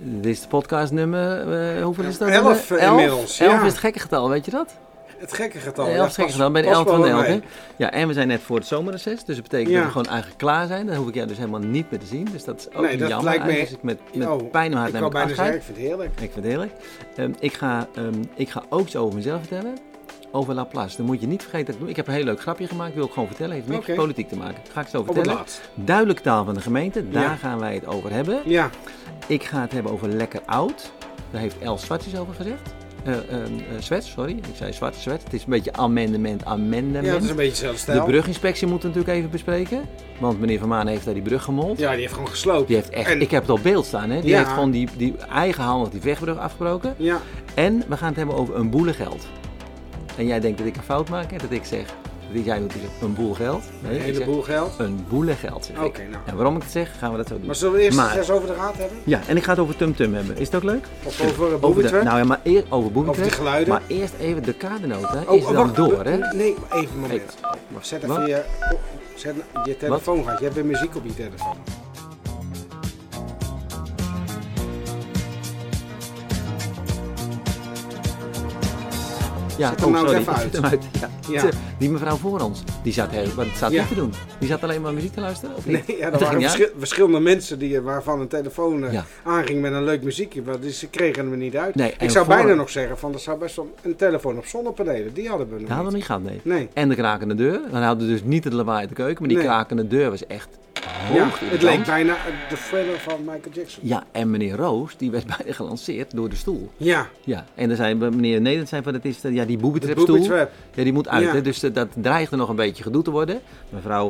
Dit is de podcastnummer, hoeveel is dat? 11 inmiddels. 11 ja. is het gekke getal, weet je dat? Het gekke getal. 11 is het gekke getal, bij de pas 11 van de wel 11. bij. Hè? Ja, en we zijn net voor het zomerreces, dus dat betekent dat we gewoon eigenlijk klaar zijn. Dan hoef ik jou dus helemaal niet meer te zien. Dus dat is ook Nee, dat jammer. lijkt me- Dus ik met pijn in mijn hart Ik neem wou ik bijna afscheid. zeggen, ik vind het heerlijk. Ik vind het heerlijk. Ik ga ook iets over mezelf vertellen. Over Laplace. Dan moet je niet vergeten dat ik doe. Ik heb een heel leuk grapje gemaakt. Wil ik gewoon vertellen. Heeft niks Oké. met politiek te maken. Ga ik zo Op het vertellen. laatst. Duidelijke taal van de gemeente. Daar Ja. gaan wij het over hebben. Ja, Ik ga het hebben over lekker oud. Daar heeft Els Zwart iets over gezegd. Zwets, sorry. Ik zei Zwart. Het is een beetje amendement. ja, dat is een beetje hetzelfde De stijl. bruginspectie moeten we natuurlijk even bespreken. Want meneer Van Maan heeft daar die brug gemold. Ja, die heeft gewoon gesloopt. Die heeft echt, En- ik heb het op beeld staan, hè. Die Ja. heeft gewoon die eigenhandig die wegbrug afgebroken. Ja, En we gaan het hebben over een boele geld. En jij denkt dat ik een fout maak, hè? Dat ik zeg, dat jij doet een boel geld. Nee, een ik zeg heleboel geld. een boele geld, zeg ik. Oké, nou. En waarom ik het zeg, gaan we dat zo doen. Maar zullen we eerst Maar- eens over de raad hebben? Ja, en ik ga het over TumTum hebben. Is het ook leuk? Of over Over Bobbytrap? nou ja, maar eerst over Over Bobbytrap. die geluiden? Maar eerst even de kadernota. Oh, Is er dan wacht, door, hè? Nee, even een moment. Maar zet even Wat? je telefoon gaat. Je hebt weer muziek op je telefoon. Ja, Zet hem nou eens even zet uit. hem uit. Ja. Ja. Die mevrouw voor ons, die zat, wat zat Ja. niet te doen? Die zat alleen maar muziek te luisteren? Of niet? Nee, ja, er Dat waren ging niet uit? verschillende mensen waarvan een telefoon Ja. aanging met een leuk muziekje. Maar ze kregen hem er niet uit. Nee, Ik en zou voor- bijna nog zeggen, van, er zou best wel een telefoon op zonnepanelen. Die hadden we nog Dat hadden we niet. niet gehad, nee. Nee. En de krakende deur. Dan hadden we dus niet het lawaai uit de keuken, maar die Nee. krakende deur was echt Ja, hoog. het leek bijna de thriller van Michael Jackson. Ja, en meneer Roos, die werd bijna gelanceerd door de stoel. Ja, Ja, en dan zei meneer Nederland zei van, het is ja, die de booby-trap booby stoel. trap. Ja, die moet uit, Ja. hè? Dus dat dreigde nog een beetje gedoe te worden. Mevrouw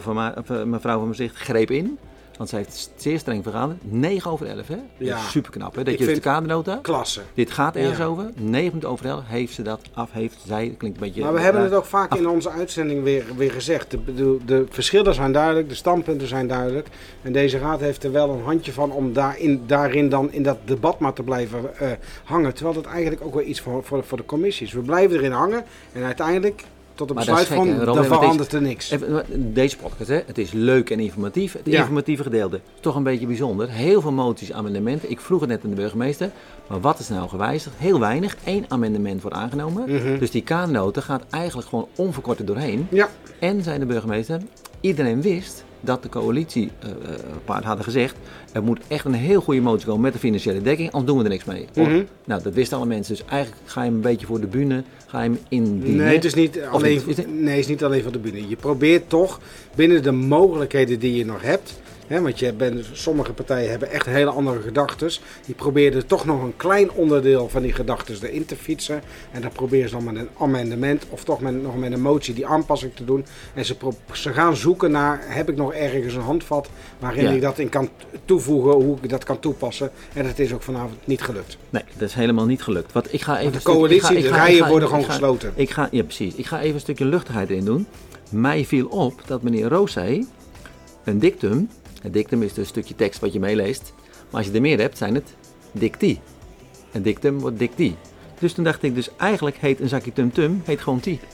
van Maastricht greep in, want zij heeft zeer streng vergaan. 9:11, hè? Ja. Super knap, hè? Dat Ik je dus de vind- kadernota. Klasse. Dit gaat ergens Ja. over. 9:11 heeft ze dat heeft zij. Dat klinkt een beetje. Maar we hebben het ook vaak in onze uitzending weer gezegd. De verschillen zijn duidelijk, de standpunten zijn duidelijk. En deze raad heeft er wel een handje van om daarin dan in dat debat maar te blijven hangen. Terwijl dat eigenlijk ook wel iets voor de commissies. We blijven erin hangen en uiteindelijk tot een Maar dat is besluit gek, hè, van, Robin, dan want verandert er niks. Deze podcast, hè? Het is leuk en informatief. Het Ja. informatieve gedeelte, toch een beetje bijzonder. Heel veel moties, amendementen. Ik vroeg het net aan de burgemeester. Maar wat is nou gewijzigd? Heel weinig. 1 amendement wordt aangenomen. Mhm. Dus die kadernota gaat eigenlijk gewoon onverkort er doorheen. Ja, En, zei de burgemeester, iedereen wist dat de coalitiepartners hadden gezegd, er moet echt een heel goede motie komen met de financiële dekking, anders doen we er niks mee. Mhm. Nou, dat wisten alle mensen. Dus eigenlijk ga je hem een beetje voor de bühne, ga je hem indienen. nee, het is niet Of alleen, niet? Is het- nee, het is niet alleen voor de bühne. Je probeert toch binnen de mogelijkheden die je nog hebt. Want sommige partijen hebben echt hele andere gedachten. Die proberen toch nog een klein onderdeel van die gedachten erin te fietsen. En dan proberen ze dan met een amendement of toch nog met een motie die aanpassing te doen. En ze gaan zoeken naar, heb ik nog ergens een handvat waarin Ja. ik dat in kan toevoegen, hoe ik dat kan toepassen. En dat is ook vanavond niet gelukt. Nee, dat is helemaal niet gelukt. Want ik ga even Want de coalitie, de rijen worden gewoon gesloten. Ja, precies. Ik ga even een stukje luchtigheid erin doen. Mij viel op dat meneer Roos zei, een dictum. Een dictum is dus een stukje tekst wat je meeleest. Maar als je er meer hebt, zijn het dictie. Een dictum wordt dictie. Dus toen dacht ik, dus eigenlijk heet een zakje tum-tum, heet gewoon tie.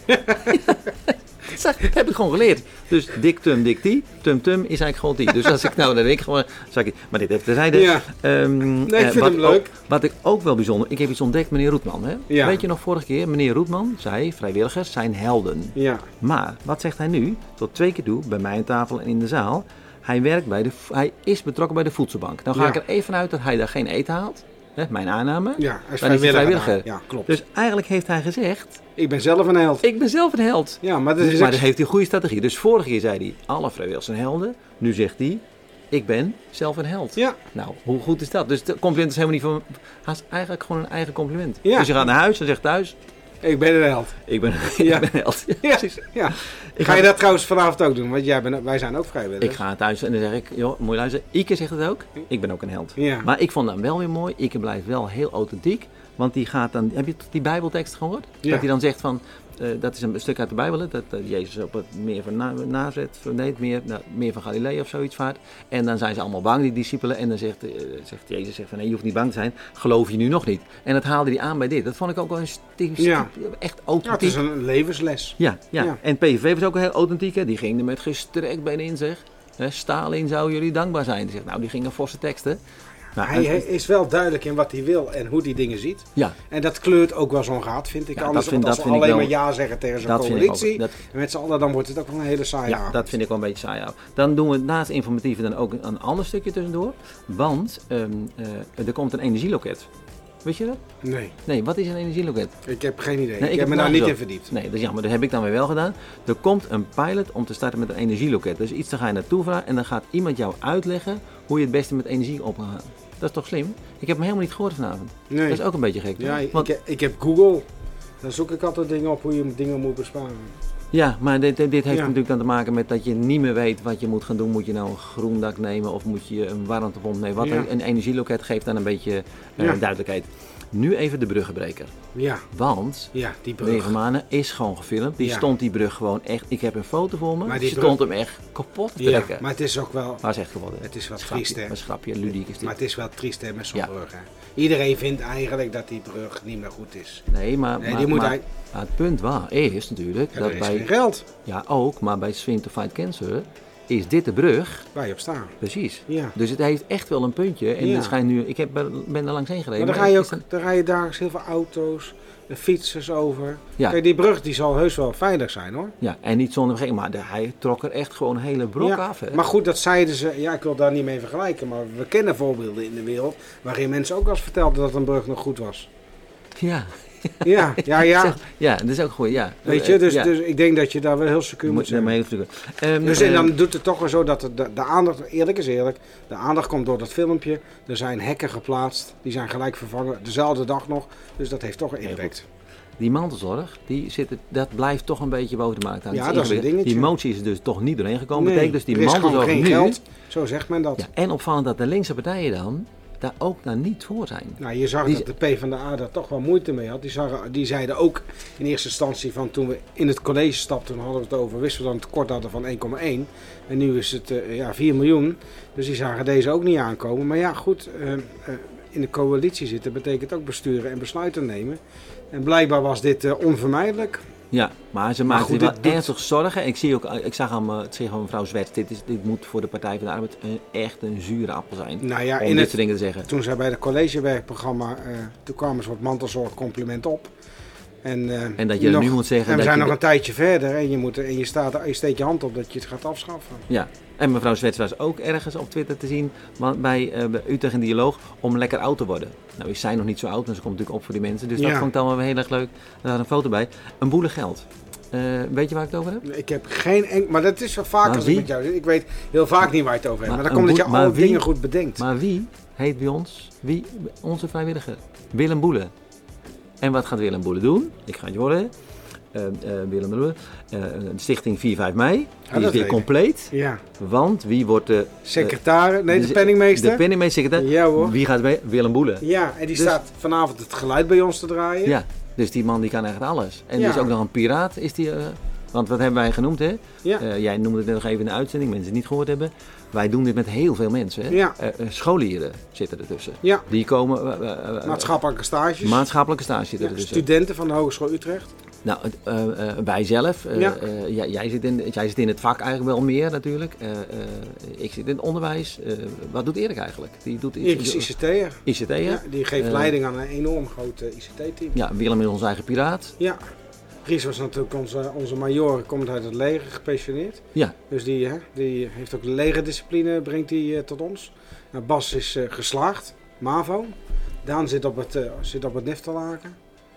Dat heb ik gewoon geleerd. Dus dictum, dictie, tum-tum is eigenlijk gewoon tie. Dus als ik nou, dan denk ik gewoon, zakje. Maar dit even terzijde. Ja. Nee, ik vind hem leuk. Wat ik ook wel bijzonder, ik heb iets ontdekt, meneer Roetman. Hè? Ja. Weet je nog vorige keer, meneer Roetman zei, vrijwilligers zijn helden. Ja. Maar, wat zegt hij nu? Tot 2 keer toe, bij mij aan tafel en in de zaal. Hij is betrokken bij de voedselbank. Nou ga Ja. ik er even uit dat hij daar geen eten haalt. Hè, mijn aanname. Ja, hij is Dan is hij vrijwilliger. Ja, klopt. Dus eigenlijk heeft hij gezegd, Ik ben zelf een held. ik ben zelf een held. Ja, maar dat is Maar ook- dan heeft hij een goede strategie. Dus vorige keer zei hij, alle vrijwilligers zijn helden. Nu zegt hij, ik ben zelf een held. Ja. Nou, hoe goed is dat? Dus de compliment is helemaal niet van... Hij is eigenlijk gewoon een eigen compliment. Ja. Dus je gaat naar huis en zegt thuis, Ik ben een held. ik ben, Ja. ik ben een held. Ja, Ja, precies. ja. Ga je dat trouwens vanavond ook doen? Want wij zijn ook vrijwilligers. Ik ga thuis en dan zeg ik, joh, moet je luisteren. Ike zegt het ook, ik ben ook een held. Ja. Maar ik vond hem wel weer mooi. Ike blijft wel heel authentiek. Want die gaat dan, heb je die Bijbeltekst gehoord? Ja. Dat hij dan zegt van, dat is een stuk uit de Bijbel, hè, dat Jezus op het meer van Nazareth, meer van Galilea of zoiets vaart. En dan zijn ze allemaal bang, die discipelen. En dan zegt Jezus van, nee, je hoeft niet bang te zijn. Geloof je nu nog niet? En dat haalde hij aan bij dit. Dat vond ik ook wel echt Ja, het authentiek. is een levensles. Ja. Ja. En PVV was ook heel authentiek. Hè? Die ging er met gestrekt been in, zeg. Hè, Stalin zou jullie dankbaar zijn. Die zegt, nou, die gingen forse teksten. Nou, Hij is wel duidelijk in wat hij wil en hoe hij dingen ziet. Ja. En dat kleurt ook wel zo'n raad, vind ik. Ja, Anders, want als we alleen maar ja zeggen tegen zo'n coalitie, en met z'n allen, dan wordt het ook wel een hele saaie avond. Dat vind ik wel een beetje saai. Dan doen we naast informatieve dan ook een ander stukje tussendoor. Want er komt een energieloket. Weet je dat? Nee, wat is een energieloket? Ik heb geen idee. Nee, ik heb me daar niet in verdiept. Nee, dat is jammer. Dat heb ik dan weer wel gedaan. Er komt een pilot om te starten met een energieloket. Dus iets, daar ga je naartoe vragen en dan gaat iemand jou uitleggen hoe je het beste met energie op kan gaan. Dat is toch slim? Ik heb hem helemaal niet gehoord vanavond. Nee. Dat is ook een beetje gek. Ja, want, ik heb Google. Daar zoek ik altijd dingen op hoe je dingen moet besparen. Ja, maar dit heeft natuurlijk dan te maken met dat je niet meer weet wat je moet gaan doen. Moet je nou een groen dak nemen of moet je een warmtepomp nemen? Een energieloket geeft dan een beetje duidelijkheid. Nu even de bruggenbreker. Ja. Want die brug. meneer Van Manen is gewoon gefilmd. Die stond die brug gewoon echt... Ik heb een foto voor me. Maar die stond hem echt kapot te trekken. Maar het is ook wel... Maar is echt kapot. Het is wel triest, hè? Een schrapje, ludiek is dit. Maar het is wel triest, hè, met zo'n brug, hè? Iedereen vindt eigenlijk dat die brug niet meer goed is. Nee, maar het punt is natuurlijk... dat is geen geld. Ja, ook. Maar bij Swim to Fight Cancer... is dit de brug waar je op staat. Precies. Ja. Dus het heeft echt wel een puntje. En het schijnt nu, ben er langs heen gereden. Maar dan ga je dagelijks heel veel auto's, fietsers over. Ja. Kijk, die brug die zal heus wel veilig zijn, hoor. Ja, en niet zonder vergeten, maar hij trok er echt gewoon een hele brok af. Hè? Maar goed, dat zeiden ze. Ja, ik wil daar niet mee vergelijken. Maar we kennen voorbeelden in de wereld waarin mensen ook wel eens vertelden dat een brug nog goed was. Ja. Ja. Ja, dat is ook goed, ja. Weet je, dus ik denk dat je daar wel heel secuur moet zijn. Dus en dan doet het toch wel zo dat de aandacht, eerlijk is eerlijk, de aandacht komt door dat filmpje. Er zijn hekken geplaatst, die zijn gelijk vervangen, dezelfde dag nog. Dus dat heeft toch een impact. Die mantelzorg, dat blijft toch een beetje boven de markt hangen. Ja, dat is een dingetje. Die motie is dus toch niet doorheen gekomen. Nee, betekent dus die mantelzorg geen nu... geld, zo zegt men dat. Ja, en opvallend dat de linkse partijen dan... daar ook naar niet voor zijn. Nou, je zag dat de PvdA daar toch wel moeite mee had. Die zeiden ook in eerste instantie van toen we in het college stapten, toen hadden we het over, wisten we dan een tekort hadden van 1,1. En nu is het 4 miljoen. Dus die zagen deze ook niet aankomen. Maar ja, goed, in de coalitie zitten betekent ook besturen en besluiten nemen. En blijkbaar was dit onvermijdelijk. Ja, maar ze maakt zich wel ernstig zorgen. Ik zag aan mevrouw Zwets, dit moet voor de Partij van de Arbeid echt een zure appel zijn. Nou ja, om dit soort dingen te zeggen. Toen zij bij het collegewerkprogramma, toen kwam een soort mantelzorgcompliment op. En dat je nu moet zeggen... En we zijn nog een tijdje verder en je steekt je hand op dat je het gaat afschaffen. Ja, en mevrouw Zwets was ook ergens op Twitter te zien bij Utrecht in Dialoog om lekker oud te worden. Nou is zij nog niet zo oud, maar ze komt natuurlijk op voor die mensen. Dus dat vond ik dan wel heel erg leuk. Er had een foto bij. Een boele geld. Weet je waar ik het over heb? Ik heb geen enkel... Maar dat is wel vaak als ik met jou zit. Ik weet heel vaak niet waar je het over hebt. Maar dan komt dat je alle dingen goed bedenkt. Maar wie heet bij ons? Onze vrijwilliger? Willem Boele. En wat gaat Willem Boele doen? Ik ga het je horen. Willem Boele. De stichting 4-5 mei. Die is weer compleet. Ja. Want wie wordt de... secretaris? Nee, de penningmeester. De penningmeester, secretaris. Ja hoor. Wie gaat mee? Willem Boele. Ja, en die staat vanavond het geluid bij ons te draaien. Ja, dus die man die kan echt alles. En dus ook nog een piraat is die... want wat hebben wij genoemd, hè? Ja. Jij noemde het net nog even in de uitzending, mensen die het niet gehoord hebben. Wij doen dit met heel veel mensen. Hè? Ja. Scholieren zitten ertussen. Ja. Die komen... maatschappelijke stages. Maatschappelijke stages zitten ertussen. Studenten van de Hogeschool Utrecht. Nou, wij zelf. Jij zit in het vak eigenlijk wel meer natuurlijk. Ik zit in het onderwijs. Wat doet Erik eigenlijk? Die doet iets. ICT'er. ICT'er. Ja, die geeft leiding aan een enorm groot ICT-team. Ja, Willem is onze eigen piraat. Ja. Ries was natuurlijk onze major, komt uit het leger, gepensioneerd. Ja. Dus die heeft ook de legerdiscipline, brengt die tot ons. Nou, Bas is geslaagd, MAVO. Daan zit op het Nifterlaken.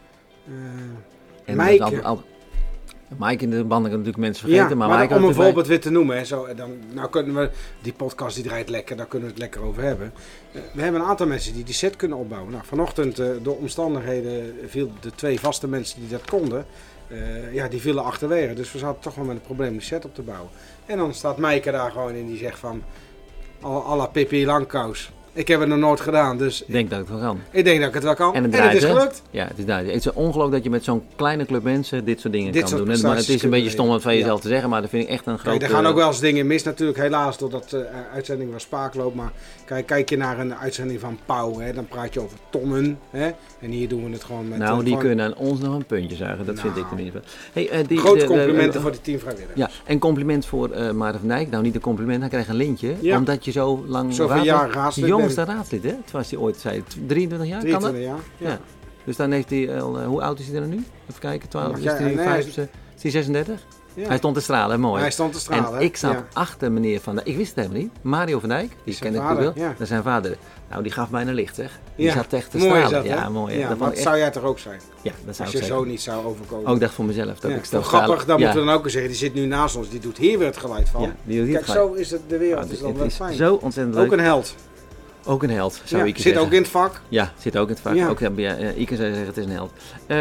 Mike in de banden kan natuurlijk mensen vergeten. Ja, maar om een voorbeeld weer te noemen. Hè, nou kunnen we, die podcast die draait lekker, daar kunnen we het lekker over hebben. We hebben een aantal mensen die set kunnen opbouwen. Nou, vanochtend door omstandigheden viel de 2 vaste mensen die dat konden. Die vielen achterwege. Dus we zaten toch wel met het probleem die set op te bouwen. En dan staat Maaike daar gewoon in die zegt van... à la Pippi Langkous. Ik heb het nog nooit gedaan, dus... Ik denk dat ik het wel kan. Ik denk dat ik het wel kan. En het is gelukt. Ja, het is duidelijk. Het is ongelooflijk dat je met zo'n kleine club mensen dit soort dingen kan doen. Maar het is een beetje stom om het van jezelf te zeggen, maar dat vind ik echt een grote... Er gaan ook wel eens dingen mis natuurlijk, helaas, doordat de uitzending van Spaak loopt. Maar kijk je naar een uitzending van Pauw, hè, dan praat je over tonnen. Hè, en hier doen we het gewoon met... Nou, die kunnen aan ons nog een puntje zuigen, dat vind ik tenminste. Grote complimenten voor die teamvrijwilligers. Ja, en compliment voor Maarten van Dijk. Nou, niet een compliment, hij krijgt een lintje. Ja. Omdat je zo lang... Zoveel jaar raast. jongste raadslid, hè? Het was hij ooit, zei 23 jaar, 23 kan jaar. dat? Ja. Dus dan heeft hij, hoe oud is hij er nu? Even kijken, 12, Mag is jij- hij nee, 5, is hij 36? Ja. Hij stond te stralen, mooi. Hij stond te stralen. En ik zat Ja. achter meneer Van Dijk, ik wist het helemaal niet, Mario van Dijk, die Zijn kende ik vader, natuurlijk wel, ja. dat is zijn vader. Nou, die gaf mij een licht, zeg. Die Ja. zat echt te Mooi is stralen. dat, hè? Ja, mooi. hè. Ja, Dat maar vond ik zou echt, jij toch ook zijn? ja, dat zou Als ik je zeggen. zo niet zou overkomen. Ook dacht voor mezelf, dat Ja, ik toch zo grappig, dan ja. moeten we dan ook eens zeggen, die zit nu naast ons, die doet hier weer het geluid van. Ja, die doet hier Kijk, het geluid. zo is het de wereld, Ja, is dan het wel is fijn. zo ontzettend leuk. Ook een held. Ook een held, zou Ja, ik zit zeggen. ook in het vak. Ja, zit ook in het vak. Ja. Ook, Ike zou zeggen, het is een held.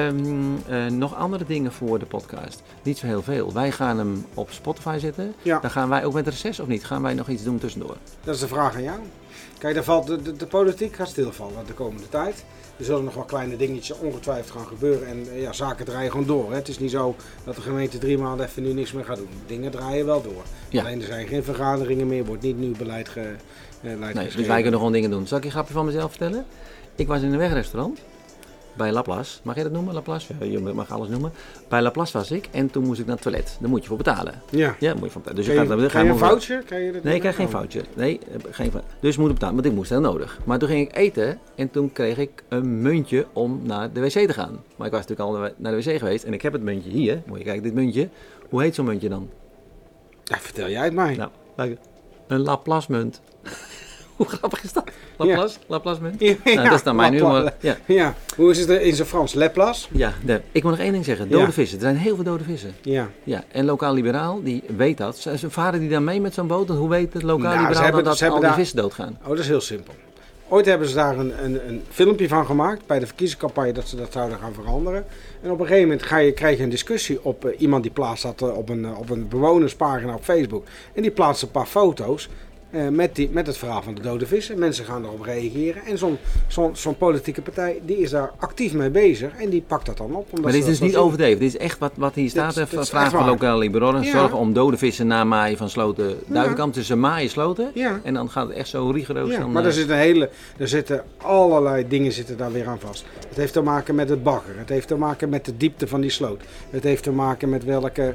Nog andere dingen voor de podcast. Niet zo heel veel. Wij gaan hem op Spotify zetten. Ja. Dan gaan wij ook met reces of niet? Gaan wij nog iets doen tussendoor? Dat is de vraag aan jou. Kijk, daar valt de politiek gaat stilvallen de komende tijd. Er zullen nog wel kleine dingetjes ongetwijfeld gaan gebeuren. En ja, zaken draaien gewoon door. Hè. Het is niet zo dat de gemeente 3 maanden even nu niks meer gaat doen. Dingen draaien wel door. Ja. Alleen er zijn geen vergaderingen meer, wordt niet nieuw beleid Nee, geschreven. dus wij kunnen gewoon dingen doen. Zal ik je een grapje van mezelf vertellen? Ik was in een wegrestaurant. Bij Laplace. Mag je dat noemen, Laplace? Ja, je mag alles noemen. Bij Laplace was ik en toen moest ik naar het toilet. Daar moet je voor betalen. Ja. Ja, moet je voor betalen. Dus Krijg je een voucher? Krijg je dat Nee, ik krijg geen Oh. voucher. Nee, geen voucher. Dus moet ik betalen, want ik moest heel nodig. Maar toen ging ik eten en toen kreeg ik een muntje om naar de wc te gaan. Maar ik was natuurlijk al naar de wc geweest en ik heb het muntje hier. Moet je kijken, dit muntje. Hoe heet zo'n muntje dan? Ja, vertel jij het mij. Nou, kijk, een Laplace munt. Hoe grappig is dat? Laplace munt? Ja, Nou, dat is dan mijn Laplace. humor. Ja. Ja, hoe is het in zijn Frans? Laplace? Ja, ik moet nog één ding zeggen. Dode Ja. vissen. Er zijn heel veel dode vissen. Ja. Ja, en lokaal liberaal, die weet dat. Ze varen die dan mee met zo'n boot? En hoe weet het lokaal Nou, ze liberaal hebben- dat ze al hebben die daar- vissen doodgaan? Oh, dat is heel simpel. Ooit hebben ze daar een filmpje van gemaakt bij de verkiezingscampagne dat ze dat zouden gaan veranderen. En op een gegeven moment krijg je een discussie op iemand die plaatst dat op een bewonerspagina op Facebook. En die plaatst een paar foto's met het verhaal van de dode vissen. Mensen gaan erop reageren. En zo'n politieke partij die is daar actief mee bezig en die pakt dat dan op. omdat Maar ze dit is dus dat niet zo overdreven. Dit is echt wat hier staat. dit is Vraag echt van waar. lokale liberalen. Ja. Zorgen om dode vissen na maaien van sloten Duivenkant. Dus ze maaien sloten. Ja. En dan gaat het echt zo rigoureus. Ja, dan, maar er zitten allerlei dingen zitten daar weer aan vast. Het heeft te maken met het bagger. Het heeft te maken met de diepte van die sloot. Het heeft te maken met welke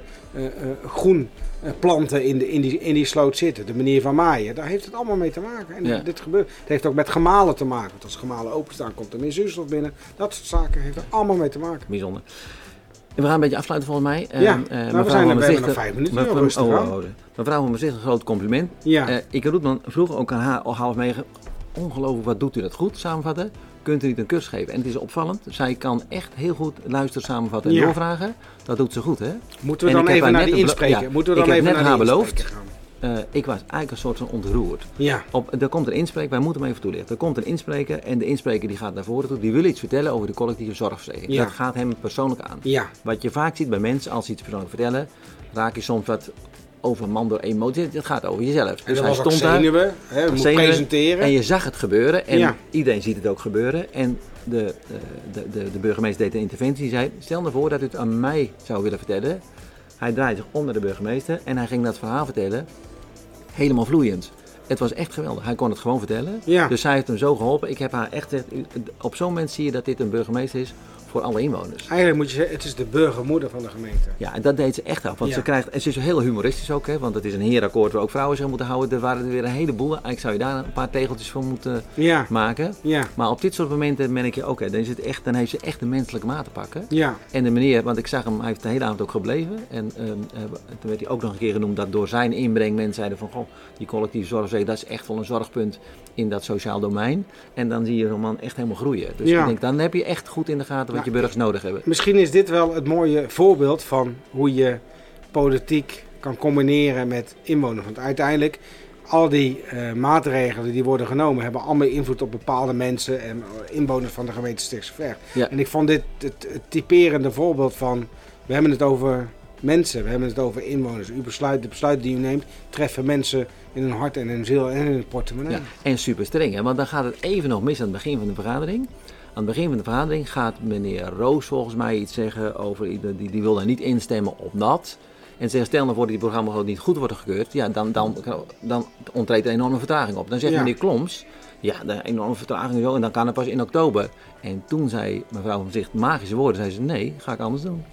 groenplanten in die sloot zitten. De manier van maaien. Daar heeft het allemaal mee te maken. En Ja. dit gebeurt. Het heeft ook met gemalen te maken. Want als gemalen openstaan komt er meer zuurstof binnen. Dat soort zaken heeft er allemaal mee te maken. Bijzonder. En we gaan een beetje afsluiten volgens mij. Ja, mevrouw we van hebben Maastricht- nog 5 minuten. mevrouw- Rustig aan. Mevrouw van Maastricht, een groot compliment. Ja. Ike Roetman vroeg ook aan haar al halverwege, ongelooflijk, wat doet u dat goed, samenvatten? Kunt u niet een cursus geven? En het is opvallend, zij kan echt heel goed luisteren, samenvatten en Ja. doorvragen. Dat doet ze goed, hè? Moeten we En dan ik heb even haar naar net die inspreker? ja, Moeten we ik dan heb even net naar haar die beloofd. inspreker gaan? Ik was eigenlijk een soort van ontroerd. Ja. Er komt een inspreker, wij moeten hem even toelichten. Er komt een inspreker en de inspreker die gaat naar voren toe. Die wil iets vertellen over de collectieve zorgverzekering. Ja. Dat gaat hem persoonlijk aan. Ja. Wat je vaak ziet bij mensen, als ze iets persoonlijk vertellen, raak je soms wat overmand door emotie. Het gaat over jezelf. En Dus dat hij was ook stond daar. zenuwen. Hè, moet zenuwen, presenteren. En je zag het gebeuren. En Ja. iedereen ziet het ook gebeuren. En de burgemeester deed een interventie. Die zei, stel nou voor dat u het aan mij zou willen vertellen. Hij draaide zich om naar de burgemeester. En hij ging dat verhaal vertellen. Helemaal vloeiend. Het was echt geweldig. Hij kon het gewoon vertellen. Ja. Dus zij heeft hem zo geholpen. Ik heb haar echt gezegd, op zo'n moment zie je dat dit een burgemeester is voor alle inwoners. Eigenlijk moet je zeggen, het is de burgermoeder van de gemeente. Ja, en dat deed ze echt af. Want Ja. ze krijgt, en ze is heel humoristisch ook, hè, want het is een heerakkoord waar ook vrouwen zich moeten houden. Er waren er weer een heleboel. Eigenlijk zou je daar een paar tegeltjes voor moeten Ja. maken. Ja. Maar op dit soort momenten merk je, oké, dan heeft ze echt de menselijke maat te pakken. Ja. En de meneer, want ik zag hem, hij heeft de hele avond ook gebleven. En toen werd hij ook nog een keer genoemd dat door zijn inbreng mensen zeiden van, goh, die collectieve zorgverzekering, dat is echt wel een zorgpunt in dat sociaal domein. En dan zie je zo'n man echt helemaal groeien. Dus Ja. ik denk, dan heb je echt goed in de gaten wat Ja. je burgers nodig hebben. Misschien is dit wel het mooie voorbeeld van hoe je politiek kan combineren met inwoners. Want uiteindelijk, al die maatregelen die worden genomen, hebben allemaal invloed op bepaalde mensen en inwoners van de gemeente Stichtse Vecht. Ja. En ik vond dit het typerende voorbeeld van, we hebben het over mensen, we hebben het over inwoners. De besluiten die u neemt, treffen mensen in hun hart en hun ziel en in hun portemonnee. Ja, en super streng, hè? Want dan gaat het even nog mis aan het begin van de vergadering. Aan het begin van de vergadering gaat meneer Roos volgens mij iets zeggen over, die wil daar niet instemmen op dat. En zegt, stel nou voor dat die programma gewoon niet goed wordt gekeurd, ja, dan ontreedt er een enorme vertraging op. Dan zegt Ja. meneer Kloms, ja, de enorme vertraging zo, en dan kan het pas in oktober. En toen zei mevrouw van Zicht magische woorden, zei ze, nee, ga ik anders doen.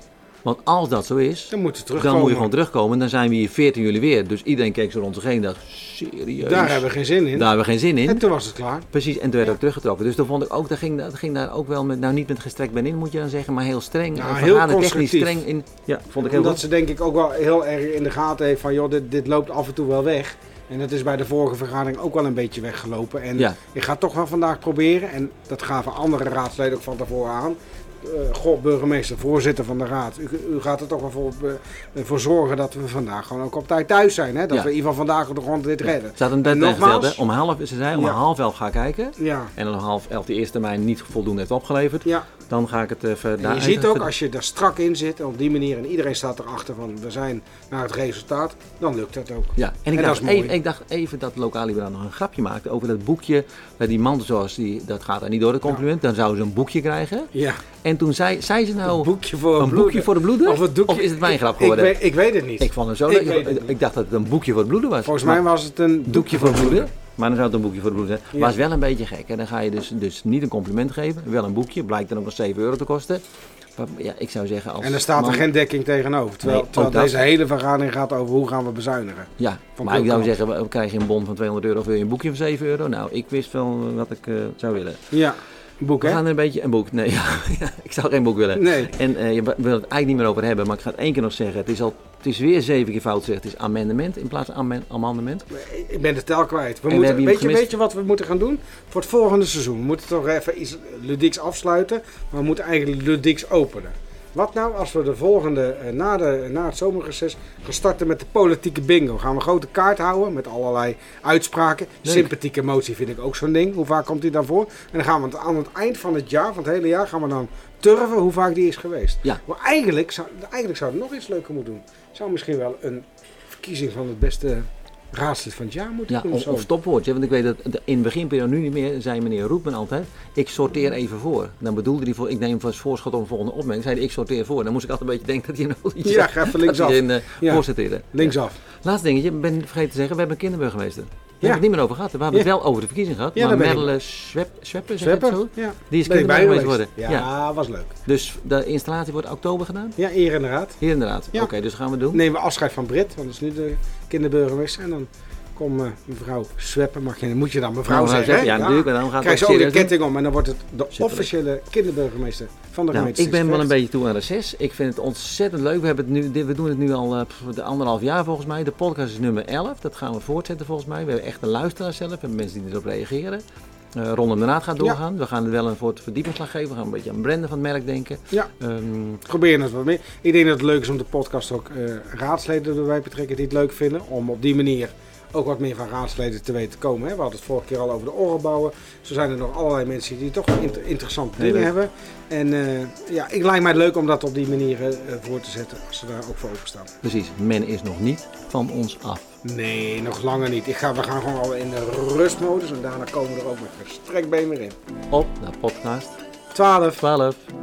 Want als dat zo is, Dan moet je terugkomen. dan moet je gewoon terugkomen. Dan zijn we hier 14 juli weer. Dus iedereen keek zo rond zich heen en dacht, serieus? Daar hebben we geen zin in. Daar hebben we geen zin in. En toen was het klaar. Precies, en toen werd ook teruggetrokken. Dus toen vond ik ook, dat ging daar ook wel met, nou niet met gestrekt ben in, moet je dan zeggen, maar heel streng. Nou, heel technisch constructief. streng in. Ja, vond ik heel Omdat goed. ze denk ik ook wel heel erg in de gaten heeft van, joh, dit loopt af en toe wel weg. En dat is bij de vorige vergadering ook wel een beetje weggelopen. En Ja. ik ga het toch wel vandaag proberen. En dat gaven andere raadsleden ook van tevoren aan. Burgemeester, voorzitter van de raad. U gaat er toch wel voor zorgen dat we vandaag gewoon ook op tijd thuis zijn. Hè? Dat Ja. we in ieder geval vandaag nog gewoon dit redden. Ze had een En deadline nogmaals- gesteld, hè? Ze zei om Ja. 10:30 ga kijken. Ja. En om 10:30 die eerste termijn niet voldoende heeft opgeleverd. Ja. Dan ga ik het even... En je ziet ook, als je daar strak in zit, en op die manier, en iedereen staat erachter van, we zijn naar het resultaat, dan lukt dat ook. Ja, en dat is mooi. ik dacht even dat Lokaal Liberaal nog een grapje maakte over dat boekje. Bij die man zoals dat gaat er niet door het compliment. Dan zouden ze een boekje krijgen. Ja. En toen zei ze nou Een boekje voor een boekje voor de bloeden? Of, het doekje- Of is het mijn grap geworden? Ik weet het niet. Ik vond het zo Ik leuk. weet het niet. Ik dacht dat het een boekje voor het bloeden was. Volgens Maar mij was het een doekje voor het bloeden. Maar dan zou het een boekje voor het bloeden zijn. Ja. Maar het is wel een beetje gek. Hè? Dan ga je dus niet een compliment geven. Wel een boekje. Blijkt dan ook nog €7 te kosten. Maar ja, ik zou zeggen als En er staat man- er geen dekking tegenover. Terwijl Nee, ook dat. deze hele vergadering gaat over hoe gaan we bezuinigen. Ja, Van maar ik zou Kulkamp. zeggen, we krijgen een bon van €200 of wil je een boekje van €7? Nou, ik wist wel wat ik zou willen. Ja, een boek We hè? gaan er een beetje een boek. Nee, ja, ik zou geen boek willen. Nee. En je wil het eigenlijk niet meer over hebben, maar ik ga het één keer nog zeggen. Het is weer 7 keer fout gezegd. Het is amendement in plaats van amendement. Ik ben de tel kwijt. we hebben hem gemist. Weet je wat we moeten gaan doen? Voor het volgende seizoen. We moeten toch even iets ludieks afsluiten. Maar we moeten eigenlijk ludieks openen. Wat nou als we de volgende, na het zomerreces, gaan starten met de politieke bingo. Gaan we een grote kaart houden met allerlei uitspraken. Leuk. Sympathieke motie vind ik ook zo'n ding. Hoe vaak komt die dan voor? En dan gaan we aan het eind van het jaar, van het hele jaar, gaan we dan turven hoe vaak die is geweest. Ja. Maar eigenlijk zou het nog iets leuker moeten doen. Zou misschien wel een verkiezing van het beste raadslid van het jaar moeten Ja, doen. of stopwoordje. Want ik weet dat in de beginperiode nu niet meer, zei meneer Roetman altijd, ik sorteer even voor. Dan bedoelde hij, ik neem als voorschot op een volgende opmerking, zei hij, ik sorteer voor. Dan moest ik altijd een beetje denken dat hij nog iets Ja, ga even linksaf. Ja. voorsorteren. Linksaf. Laatste dingetje, ik ben vergeten te zeggen, we hebben een kinderburgemeester. Daar Ja. hebben we het niet meer over gehad. We hebben het wel over de verkiezing gehad. Ja, maar daar ben ik. Merle Zweppen, zeg je het zo? Ja. Die is Ben ik bij kinderburgemeester geweest. geworden. Ja, was leuk. Dus de installatie wordt oktober gedaan? Ja, eer in de raad. Hier inderdaad. Ja. Oké, dus dat gaan we doen. Nemen we afscheid van Britt, want dat is nu de kinderburgemeester. En dan komt mevrouw Zweppen, moet je dan mevrouw Nou, zeggen, Zweppen, hè? ja, natuurlijk, maar dan gaat het krijg je ook ook de serieus ketting om en dan wordt het de Superleuk. officiële kinderburgemeester van de Nou, gemeente ik ben wel een Stichtvecht. beetje toe aan reces. Ik vind het ontzettend leuk. We doen het nu al de 1,5 jaar volgens mij. De podcast is nummer 11. Dat gaan we voortzetten volgens mij. We hebben echt een luisteraar zelf. We hebben mensen die erop reageren. Rondom de Raad gaat doorgaan. We gaan er wel een soort verdiepingsslag geven. We gaan een beetje aan Branden van het merk denken. Ja, Ehm, proberen het wat meer. Ik denk dat het leuk is om de podcast ook raadsleden erbij te betrekken die het leuk vinden. Om op die manier ook wat meer van raadsleden te weten te komen. Hè. We hadden het vorige keer al over de orenbouwen. Zo zijn er nog allerlei mensen die toch wel interessante Heel dingen leuk. hebben. En ik lijkt mij leuk om dat op die manier voor te zetten. Als ze daar ook voor openstaan. precies. Men is nog niet van ons af. Nee, nog langer niet. We gaan gewoon al in de rustmodus. En daarna komen we er ook met gestrekt been weer in. Op naar podcast 12. 12.